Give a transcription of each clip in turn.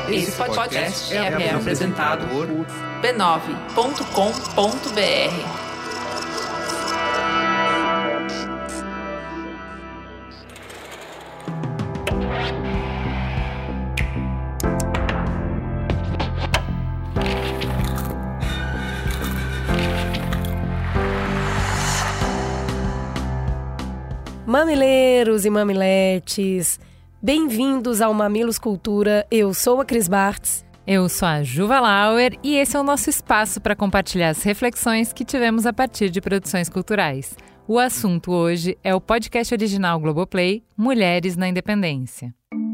Esse podcast é apresentado por b9.com.br. Mamileiros e mamiletes, bem-vindos ao Mamilos Cultura. Eu sou a Cris Bartz. Eu sou a Juva Lauer e esse é o nosso espaço para compartilhar as reflexões que tivemos a partir de produções culturais. O assunto hoje é o podcast original Globoplay, Mulheres na Independência.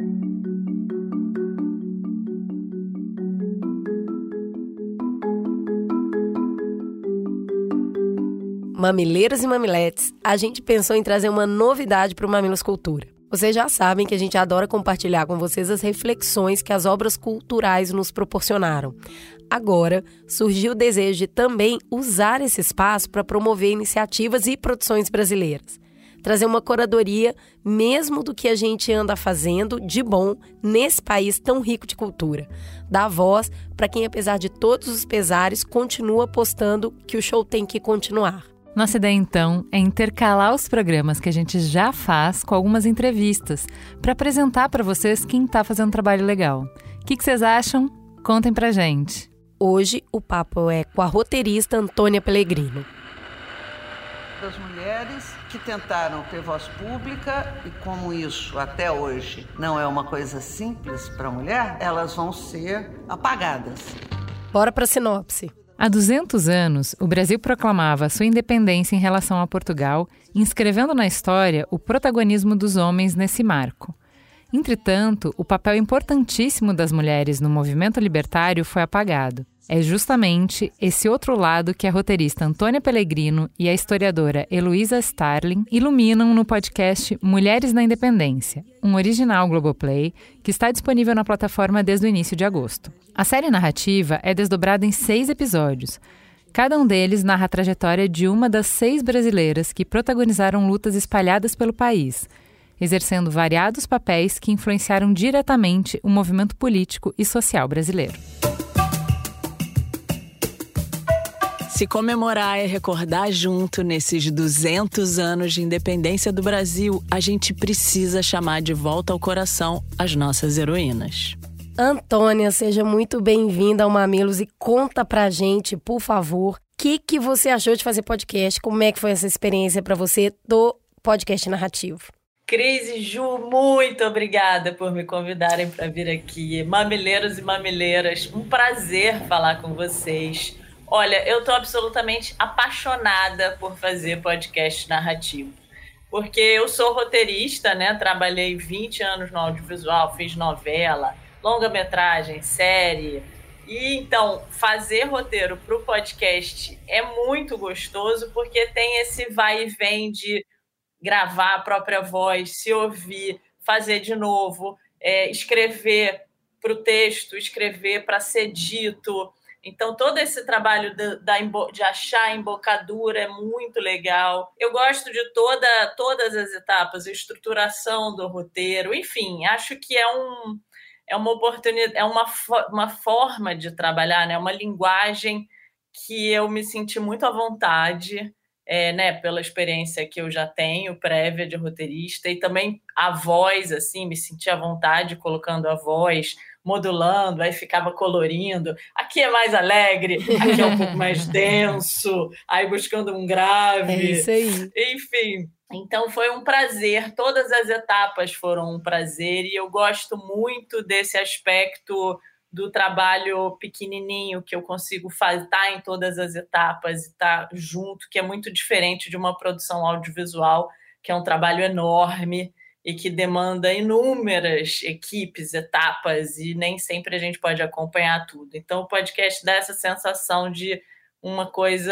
Mamileiros e mamiletes, a gente pensou em trazer uma novidade para o Mamilos Cultura. Vocês já sabem que a gente adora compartilhar com vocês as reflexões que as obras culturais nos proporcionaram. Agora, surgiu o desejo de também usar esse espaço para promover iniciativas e produções brasileiras. Trazer uma curadoria mesmo do que a gente anda fazendo de bom nesse país tão rico de cultura. Dar voz para quem, apesar de todos os pesares, continua apostando que o show tem que continuar. Nossa ideia, então, é intercalar os programas que a gente já faz com algumas entrevistas para apresentar para vocês quem está fazendo trabalho legal. O que vocês acham? Contem pra gente. Hoje, o papo é com a roteirista Antônia Pellegrino. Das mulheres que tentaram ter voz pública e como isso até hoje não é uma coisa simples para a mulher, elas vão ser apagadas. Bora para a sinopse. Há 200 anos, o Brasil proclamava sua independência em relação a Portugal, inscrevendo na história o protagonismo dos homens nesse marco. Entretanto, o papel importantíssimo das mulheres no movimento libertário foi apagado. É justamente esse outro lado que a roteirista Antônia Pellegrino e a historiadora Heloísa Starling iluminam no podcast Mulheres na Independência, um original Globoplay que está disponível na plataforma desde o início de agosto. A série narrativa é desdobrada em 6 episódios. Cada um deles narra a trajetória de uma das 6 brasileiras que protagonizaram lutas espalhadas pelo país, exercendo variados papéis que influenciaram diretamente o movimento político e social brasileiro. Se comemorar e recordar junto nesses 200 anos de independência do Brasil, a gente precisa chamar de volta ao coração as nossas heroínas. Antônia, seja muito bem-vinda ao Mamilos e conta pra gente, por favor, o que você achou de fazer podcast? Como é que foi essa experiência pra você do podcast narrativo? Cris e Ju, muito obrigada por me convidarem para vir aqui. Mamileiros e mamileiras, um prazer falar com vocês. Olha, eu estou absolutamente apaixonada por fazer podcast narrativo, porque eu sou roteirista, né? Trabalhei 20 anos no audiovisual, fiz novela, longa-metragem, série. E então, fazer roteiro para o podcast é muito gostoso, porque tem esse vai e vem de gravar a própria voz, se ouvir, fazer de novo, escrever para o texto, escrever para ser dito. Então, todo esse trabalho de achar a embocadura é muito legal. Eu gosto de todas as etapas, a estruturação do roteiro, enfim, acho que é uma oportunidade, é uma forma de trabalhar, né? Uma linguagem que eu me senti muito à vontade, né? Pela experiência que eu já tenho, prévia de roteirista, e também a voz, assim, me senti à vontade colocando a voz, modulando, aí ficava colorindo. Aqui é mais alegre, aqui é um pouco mais denso, aí buscando um grave. É isso aí. Enfim, então foi um prazer, todas as etapas foram um prazer, e eu gosto muito desse aspecto do trabalho pequenininho, que eu consigo estar em todas as etapas e estar junto, que é muito diferente de uma produção audiovisual, que é um trabalho enorme e que demanda inúmeras equipes, etapas, e nem sempre a gente pode acompanhar tudo. Então, o podcast dá essa sensação de uma coisa,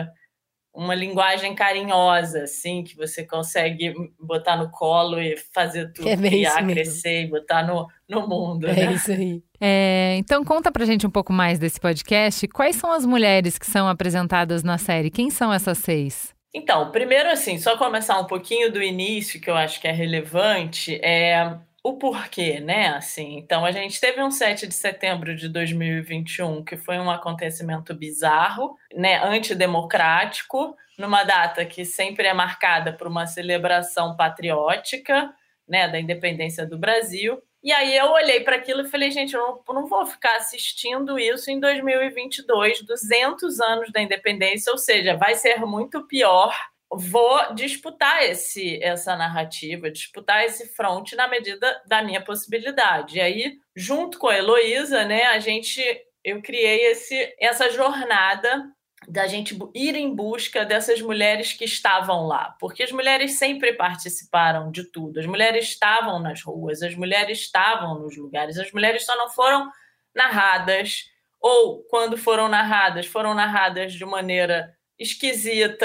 uma linguagem carinhosa, assim, que você consegue botar no colo e fazer tudo, criar, crescer e botar no mundo. É né? Isso aí. Então, conta pra gente um pouco mais desse podcast. Quais são as mulheres que são apresentadas na série? Quem são essas 6? Então, primeiro, assim, só começar um pouquinho do início, que eu acho que é relevante, o porquê, né? Assim, então, a gente teve um 7 de setembro de 2021, que foi um acontecimento bizarro, né? Antidemocrático, numa data que sempre é marcada por uma celebração patriótica, né? Da independência do Brasil. E aí eu olhei para aquilo e falei, gente, eu não vou ficar assistindo isso em 2022, 200 anos da independência, ou seja, vai ser muito pior. Vou disputar essa narrativa, disputar esse fronte na medida da minha possibilidade. E aí, junto com a Heloísa, né, eu criei essa jornada da gente ir em busca dessas mulheres que estavam lá. Porque as mulheres sempre participaram de tudo. As mulheres estavam nas ruas, as mulheres estavam nos lugares, as mulheres só não foram narradas, ou quando foram narradas de maneira esquisita,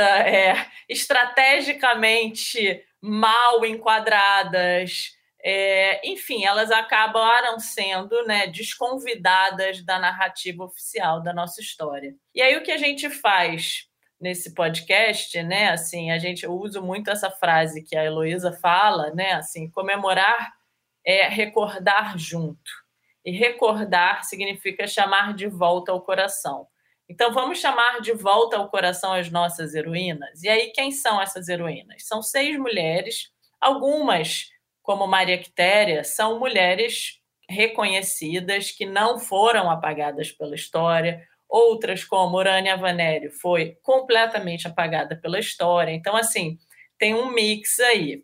estrategicamente mal enquadradas, enfim, elas acabaram sendo, né, desconvidadas da narrativa oficial da nossa história. E aí o que a gente faz nesse podcast, né, assim, eu uso muito essa frase que a Heloísa fala, né, assim, comemorar é recordar junto. E recordar significa chamar de volta ao coração. Então, vamos chamar de volta ao coração as nossas heroínas. E aí, quem são essas heroínas? São 6 mulheres. Algumas, como Maria Quitéria, são mulheres reconhecidas que não foram apagadas pela história. Outras, como Urânia Vanério, foi completamente apagada pela história. Então, assim, tem um mix aí.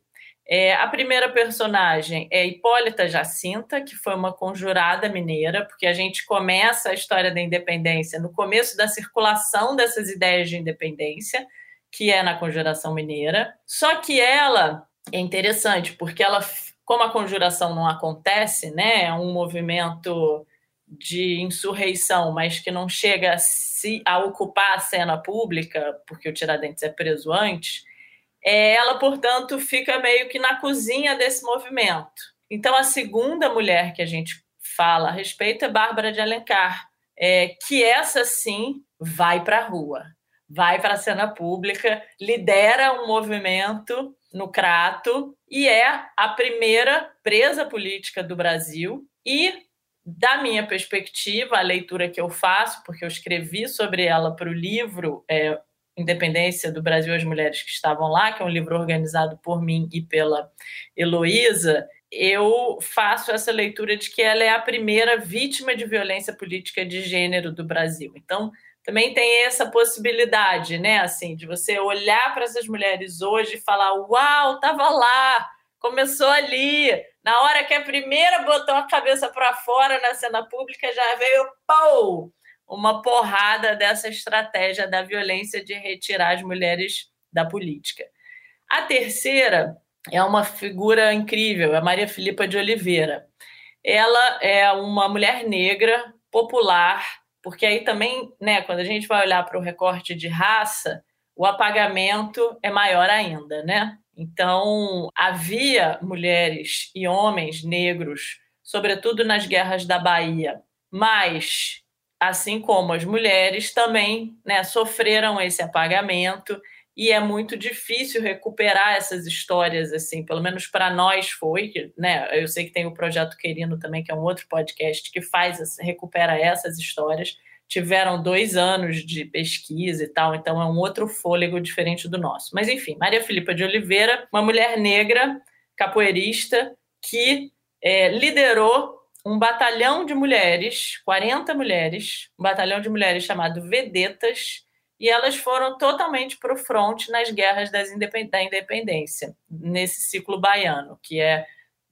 A primeira personagem é Hipólita Jacinta, que foi uma conjurada mineira, porque a gente começa a história da independência no começo da circulação dessas ideias de independência, que é na Conjuração Mineira. Só que ela é interessante, porque ela, como a conjuração não acontece, né, é um movimento de insurreição, mas que não chega a ocupar a cena pública, porque o Tiradentes é preso antes, ela, portanto, fica meio que na cozinha desse movimento. Então, a segunda mulher que a gente fala a respeito é Bárbara de Alencar, que essa, sim, vai para a rua, vai para a cena pública, lidera um movimento no Crato e é a primeira presa política do Brasil. E, da minha perspectiva, a leitura que eu faço, porque eu escrevi sobre ela para o livro Independência do Brasil, as Mulheres que Estavam Lá, que é um livro organizado por mim e pela Heloísa, eu faço essa leitura de que ela é a primeira vítima de violência política de gênero do Brasil. Então, também tem essa possibilidade, né, assim, de você olhar para essas mulheres hoje e falar, uau, estava lá, começou ali, na hora que a primeira botou a cabeça para fora na cena pública, já veio, pô, uma porrada dessa estratégia da violência de retirar as mulheres da política. A terceira é uma figura incrível, a Maria Filipa de Oliveira. Ela é uma mulher negra, popular, porque aí também, né, quando a gente vai olhar para o recorte de raça, o apagamento é maior ainda, né? Então, havia mulheres e homens negros, sobretudo nas guerras da Bahia, mas, assim como as mulheres, também, né, sofreram esse apagamento e é muito difícil recuperar essas histórias, assim, pelo menos para nós foi, né? Eu sei que tem o Projeto Querino também, que é um outro podcast que recupera essas histórias. Tiveram 2 anos de pesquisa e tal, então é um outro fôlego diferente do nosso. Mas, enfim, Maria Filipa de Oliveira, uma mulher negra, capoeirista, que liderou um batalhão de mulheres, 40 mulheres, um batalhão de mulheres chamado Vedetas, e elas foram totalmente para o fronte nas guerras da independência, nesse ciclo baiano, que é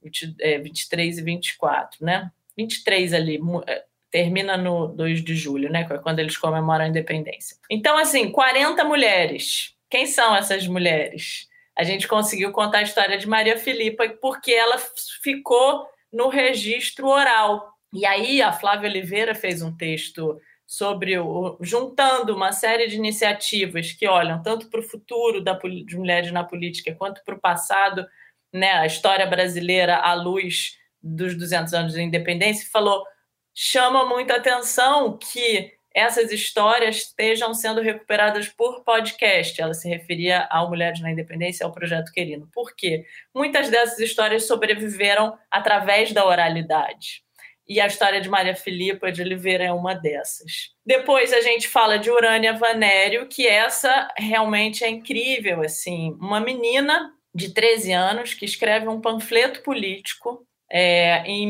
23 e 24, né? 23 ali, termina no 2 de julho, né? Quando eles comemoram a independência. Então, assim, 40 mulheres. Quem são essas mulheres? A gente conseguiu contar a história de Maria Filipa porque ela ficou no registro oral. E aí a Flávia Oliveira fez um texto sobre juntando uma série de iniciativas que olham tanto para o futuro de mulheres na política quanto para o passado, né, a história brasileira à luz dos 200 anos de independência, e falou, chama muita atenção que essas histórias estejam sendo recuperadas por podcast. Ela se referia ao Mulheres na Independência, ao Projeto Querino. Por quê? Muitas dessas histórias sobreviveram através da oralidade. E a história de Maria Filipa de Oliveira é uma dessas. Depois a gente fala de Urânia Vanério, que essa realmente é incrível, assim, uma menina de 13 anos que escreve um panfleto político em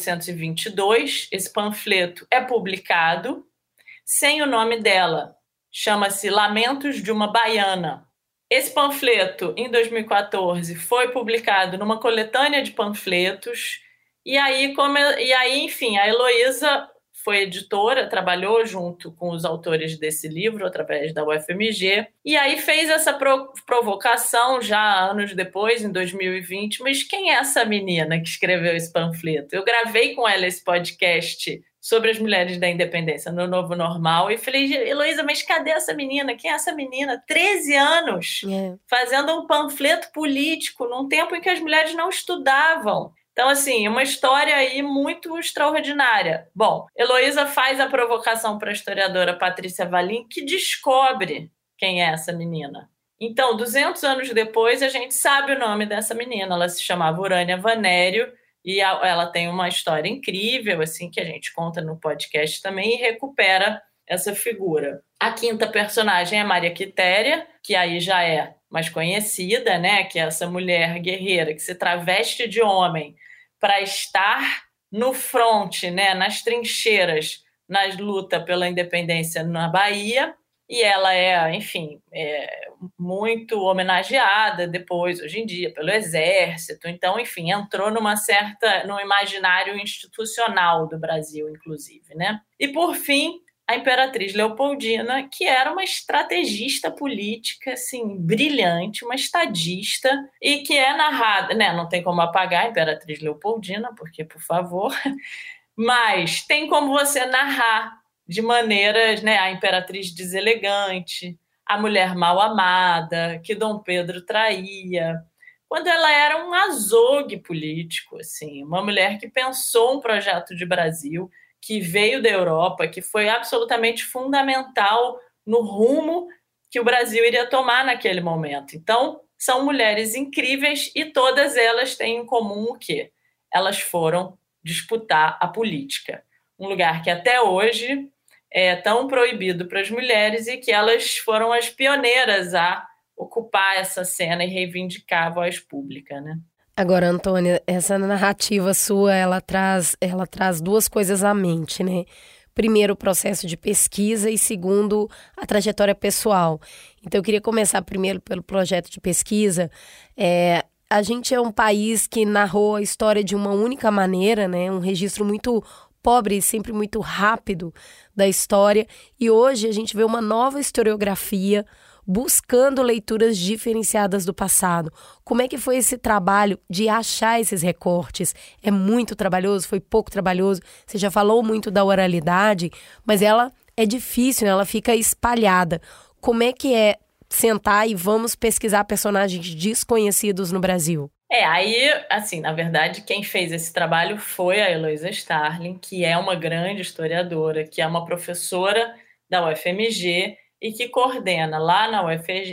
1822. Esse panfleto é publicado sem o nome dela. Chama-se Lamentos de uma Baiana. Esse panfleto, em 2014, foi publicado numa coletânea de panfletos. E aí, enfim, a Heloísa foi editora, trabalhou junto com os autores desse livro, através da UFMG, e aí fez essa provocação já anos depois, em 2020, mas quem é essa menina que escreveu esse panfleto? Eu gravei com ela esse podcast sobre as mulheres da independência no Novo Normal, e falei, Heloísa, mas cadê essa menina? Quem é essa menina? 13 anos, fazendo um panfleto político, num tempo em que as mulheres não estudavam. Então, assim, uma história aí muito extraordinária. Bom, Heloísa faz a provocação para a historiadora Patrícia Valim, que descobre quem é essa menina. Então, 200 anos depois, a gente sabe o nome dessa menina. Ela se chamava Urânia Vanério, e ela tem uma história incrível, assim, que a gente conta no podcast também, e recupera essa figura. A quinta personagem é Maria Quitéria, que aí já é mais conhecida, né? Que é essa mulher guerreira que se traveste de homem para estar no fronte, né? Nas trincheiras, nas lutas pela independência na Bahia. E ela é, enfim, muito homenageada depois, hoje em dia, pelo Exército. Então, enfim, entrou no imaginário institucional do Brasil, inclusive, né? E, por fim, a Imperatriz Leopoldina, que era uma estrategista política, assim, brilhante, uma estadista, e que é narrada, né? Não tem como apagar a Imperatriz Leopoldina, porque, por favor, mas tem como você narrar de maneiras, né? A Imperatriz deselegante, a mulher mal amada, que Dom Pedro traía, quando ela era um azogue político, assim, uma mulher que pensou um projeto de Brasil, que veio da Europa, que foi absolutamente fundamental no rumo que o Brasil iria tomar naquele momento. Então, são mulheres incríveis e todas elas têm em comum o quê? Elas foram disputar a política. Um lugar que até hoje é tão proibido para as mulheres e que elas foram as pioneiras a ocupar essa cena e reivindicar a voz pública, né? Agora, Antônia, essa narrativa sua, ela traz duas coisas à mente, né? Primeiro, o processo de pesquisa e segundo, a trajetória pessoal. Então, eu queria começar primeiro pelo projeto de pesquisa. A gente é um país que narrou a história de uma única maneira, né? Um registro muito pobre e sempre muito rápido da história. E hoje a gente vê uma nova historiografia buscando leituras diferenciadas do passado. Como é que foi esse trabalho de achar esses recortes? É muito trabalhoso? Foi pouco trabalhoso? Você já falou muito da oralidade, mas ela é difícil, né? Ela fica espalhada. Como é que é sentar e vamos pesquisar personagens desconhecidos no Brasil? Aí, assim, na verdade, quem fez esse trabalho foi a Heloísa Starling, que é uma grande historiadora, que é uma professora da UFMG e que coordena lá na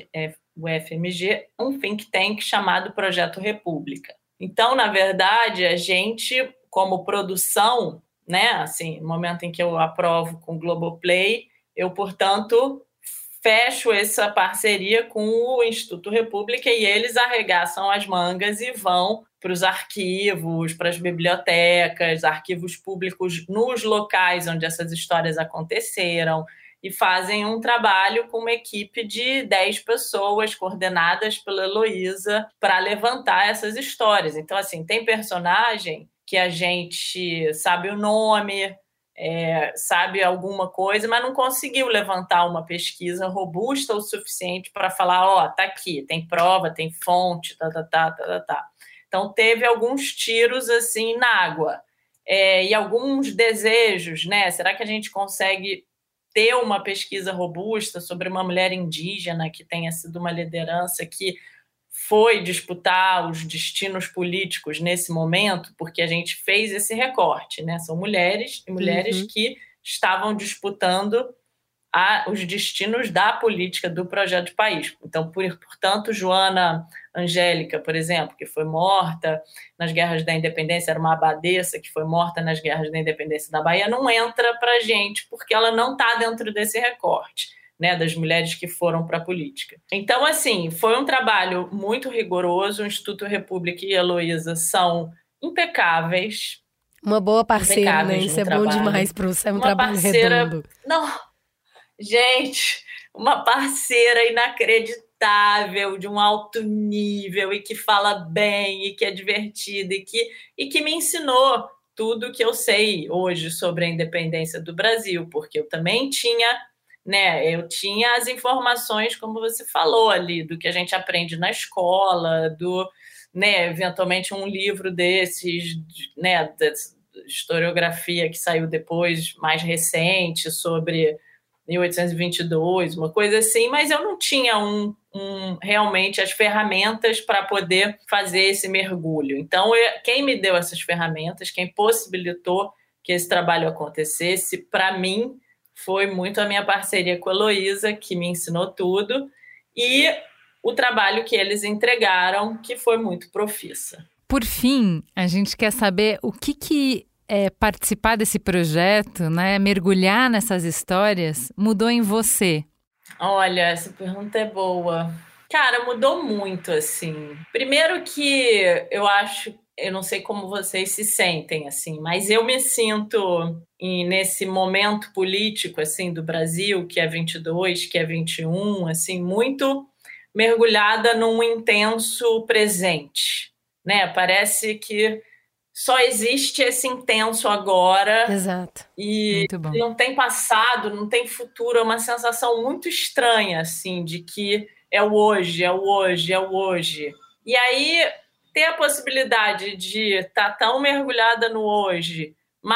UFMG um think tank chamado Projeto República. Então, na verdade, a gente, como produção, né, assim, no momento em que eu aprovo com o Globoplay, eu, portanto, fecho essa parceria com o Instituto República e eles arregaçam as mangas e vão para os arquivos, para as bibliotecas, arquivos públicos nos locais onde essas histórias aconteceram e fazem um trabalho com uma equipe de 10 pessoas coordenadas pela Heloísa para levantar essas histórias. Então, assim, tem personagem que a gente sabe o nome, sabe alguma coisa, mas não conseguiu levantar uma pesquisa robusta o suficiente para falar, tá aqui, tem prova, tem fonte, Então, teve alguns tiros, assim, na água. E alguns desejos, né? Será que a gente consegue ter uma pesquisa robusta sobre uma mulher indígena que tenha sido uma liderança que foi disputar os destinos políticos nesse momento, porque a gente fez esse recorte, né? São mulheres e mulheres que estavam disputando os destinos da política do projeto de país. Então, portanto, Joana Angélica, por exemplo, que foi morta nas guerras da independência, era uma abadesa que foi morta nas guerras da independência da Bahia, não entra para a gente, porque ela não está dentro desse recorte, né, das mulheres que foram para a política. Então, assim, foi um trabalho muito rigoroso. O Instituto República e Heloísa são impecáveis. Uma boa parceira, né? Isso é bom demais para você, é um trabalho redondo. Não, gente, uma parceira inacreditável, de um alto nível, e que fala bem, e que é divertida, e que me ensinou tudo que eu sei hoje sobre a independência do Brasil, porque eu também tinha, né, eu tinha as informações, como você falou ali, do que a gente aprende na escola, né, eventualmente um livro desses, né, de historiografia que saiu depois, mais recente, sobre 1822, uma coisa assim, mas eu não tinha realmente as ferramentas para poder fazer esse mergulho. Então, quem me deu essas ferramentas, quem possibilitou que esse trabalho acontecesse, para mim, foi muito a minha parceria com a Heloísa, que me ensinou tudo, e o trabalho que eles entregaram, que foi muito profissa. Por fim, a gente quer saber o que participar desse projeto, né, mergulhar nessas histórias, mudou em você? Olha, essa pergunta é boa. Cara, mudou muito, assim. Primeiro que eu não sei como vocês se sentem, assim, mas eu me sinto nesse momento político, assim, do Brasil, que é 22, que é 21, assim, muito mergulhada num intenso presente, né? Parece que só existe esse intenso agora. Exato. E não tem passado, não tem futuro. É uma sensação muito estranha, assim, de que é o hoje, é o hoje, é o hoje. E aí, ter a possibilidade de estar tão mergulhada no hoje,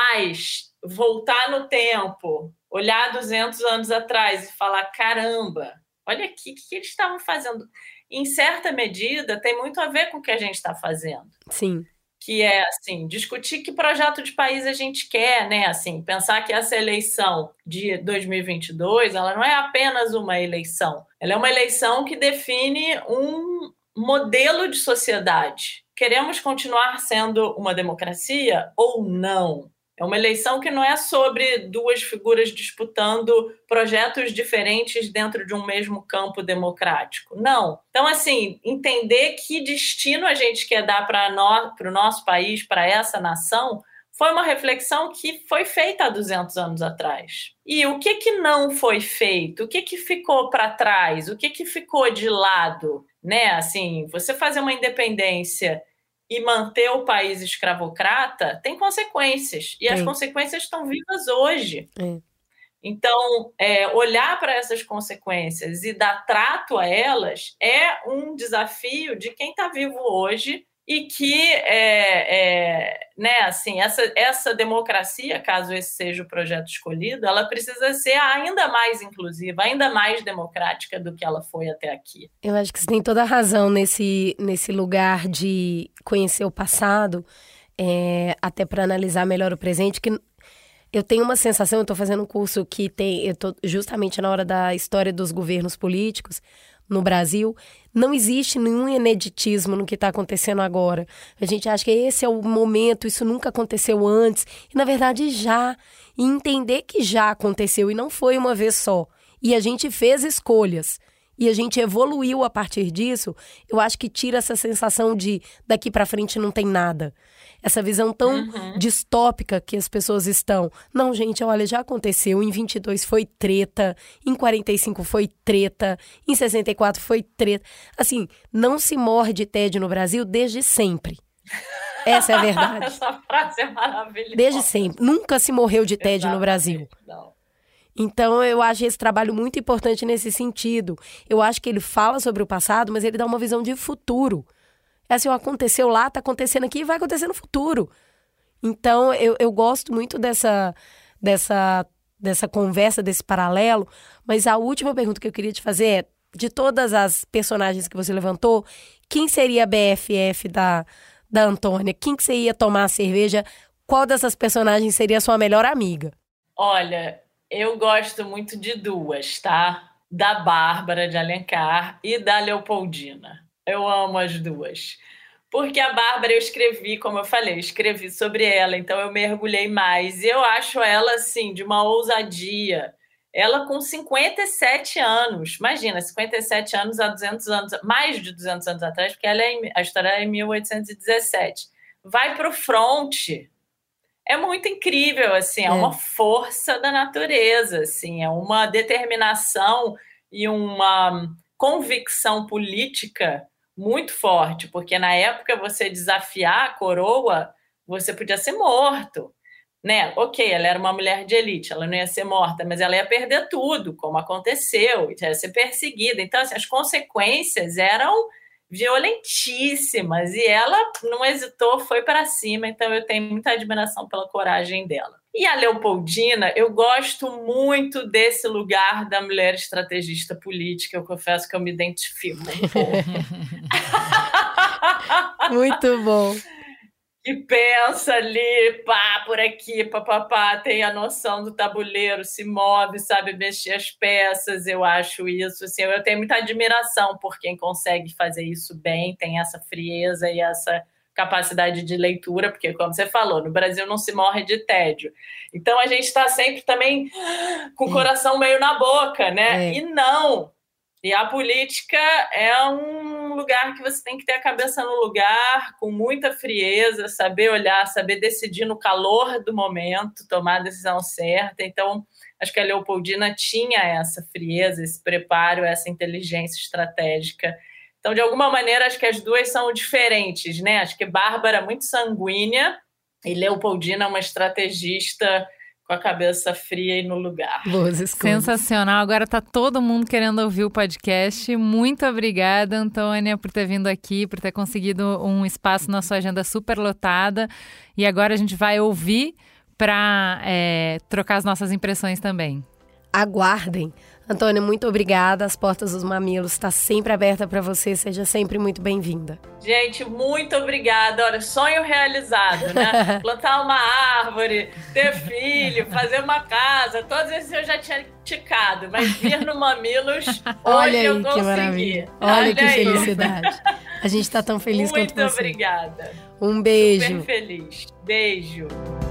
mas voltar no tempo, olhar 200 anos atrás e falar, caramba, olha aqui o que eles estavam fazendo. Em certa medida, tem muito a ver com o que a gente está fazendo. Sim. Que é, assim, discutir que projeto de país a gente quer, né? Assim, pensar que essa eleição de 2022, ela não é apenas uma eleição. Ela é uma eleição que define um modelo de sociedade. Queremos continuar sendo uma democracia ou não? É uma eleição que não é sobre duas figuras disputando projetos diferentes dentro de um mesmo campo democrático. Não. Então, assim, entender que destino a gente quer dar para o nosso país, para essa nação, foi uma reflexão que foi feita há 200 anos atrás. E o que não foi feito? O que ficou para trás? O que ficou de lado? Né? Assim, você fazer uma independência e manter o país escravocrata tem consequências. E as consequências estão vivas hoje. Então, olhar para essas consequências e dar trato a elas é um desafio de quem está vivo hoje e que, né, assim, essa democracia, caso esse seja o projeto escolhido, ela precisa ser ainda mais inclusiva, ainda mais democrática do que ela foi até aqui. Eu acho que você tem toda a razão nesse lugar de conhecer o passado, até para analisar melhor o presente, que eu tenho uma sensação, eu estou fazendo um curso que eu estou justamente na hora da história dos governos políticos no Brasil, não existe nenhum ineditismo no que está acontecendo agora. A gente acha que esse é o momento, isso nunca aconteceu antes, e na verdade já. E entender que já aconteceu e não foi uma vez só. E a gente fez escolhas. E a gente evoluiu a partir disso, eu acho que tira essa sensação de daqui para frente não tem nada. Essa visão tão distópica que as pessoas estão. Não, gente, olha, já aconteceu. Em 22 foi treta, em 45 foi treta, em 64 foi treta. Assim, não se morre de tédio no Brasil desde sempre. Essa é a verdade. Essa frase é maravilhosa. Desde sempre. Nunca se morreu de tédio no Brasil. Não. Então, eu acho esse trabalho muito importante nesse sentido. Eu acho que ele fala sobre o passado, mas ele dá uma visão de futuro. É assim, aconteceu lá, está acontecendo aqui e vai acontecer no futuro. Então, eu gosto muito dessa conversa, desse paralelo. Mas a última pergunta que eu queria te fazer é, de todas as personagens que você levantou, quem seria a BFF da Antônia? Quem que você ia tomar a cerveja? Qual dessas personagens seria a sua melhor amiga? Olha, eu gosto muito de duas, tá? Da Bárbara de Alencar e da Leopoldina. Eu amo as duas. Porque a Bárbara eu escrevi, como eu falei, eu escrevi sobre ela, então eu mergulhei mais. E eu acho ela, assim, de uma ousadia. Ela com 57 anos, imagina, 57 anos há 200 anos, mais de 200 anos atrás, porque a história é em 1817. Vai para o fronte. É muito incrível, assim, é uma força da natureza, assim, é uma determinação e uma convicção política muito forte, porque na época você desafiar a coroa, você podia ser morto, né? Ok, ela era uma mulher de elite, ela não ia ser morta, mas ela ia perder tudo, como aconteceu, ia ser perseguida. Então, assim, as consequências eram violentíssimas e ela não hesitou, foi para cima. Então eu tenho muita admiração pela coragem dela. E a Leopoldina, eu gosto muito desse lugar da mulher estrategista política. Eu confesso que eu me identifico um pouco. Muito bom. E pensa ali, pá, por aqui, papapá, tem a noção do tabuleiro, se move, sabe mexer as peças. Eu acho isso, assim, eu tenho muita admiração por quem consegue fazer isso bem, tem essa frieza e essa capacidade de leitura, porque, como você falou, no Brasil não se morre de tédio. Então a gente está sempre também com o coração meio na boca, né? E não. E a política é um lugar que você tem que ter a cabeça no lugar, com muita frieza, saber olhar, saber decidir no calor do momento, tomar a decisão certa. Então, acho que a Leopoldina tinha essa frieza, esse preparo, essa inteligência estratégica. Então, de alguma maneira, acho que as duas são diferentes, né? Acho que Bárbara é muito sanguínea e Leopoldina é uma estrategista com a cabeça fria e no lugar. Sensacional. Agora tá todo mundo querendo ouvir o podcast. Muito obrigada, Antônia, por ter vindo aqui, por ter conseguido um espaço na sua agenda super lotada. E agora a gente vai ouvir para trocar as nossas impressões também. Aguardem. Antônia, muito obrigada. As portas dos Mamilos estão sempre abertas para você. Seja sempre muito bem-vinda. Gente, muito obrigada. Olha, sonho realizado, né? Plantar uma árvore, ter filho, fazer uma casa. Todos esses eu já tinha ticado. Mas vir no Mamilos, olha hoje aí, eu consegui. Que maravilha. Olha que felicidade. A gente está tão feliz quanto você. Muito obrigada. Um beijo. Super feliz. Beijo.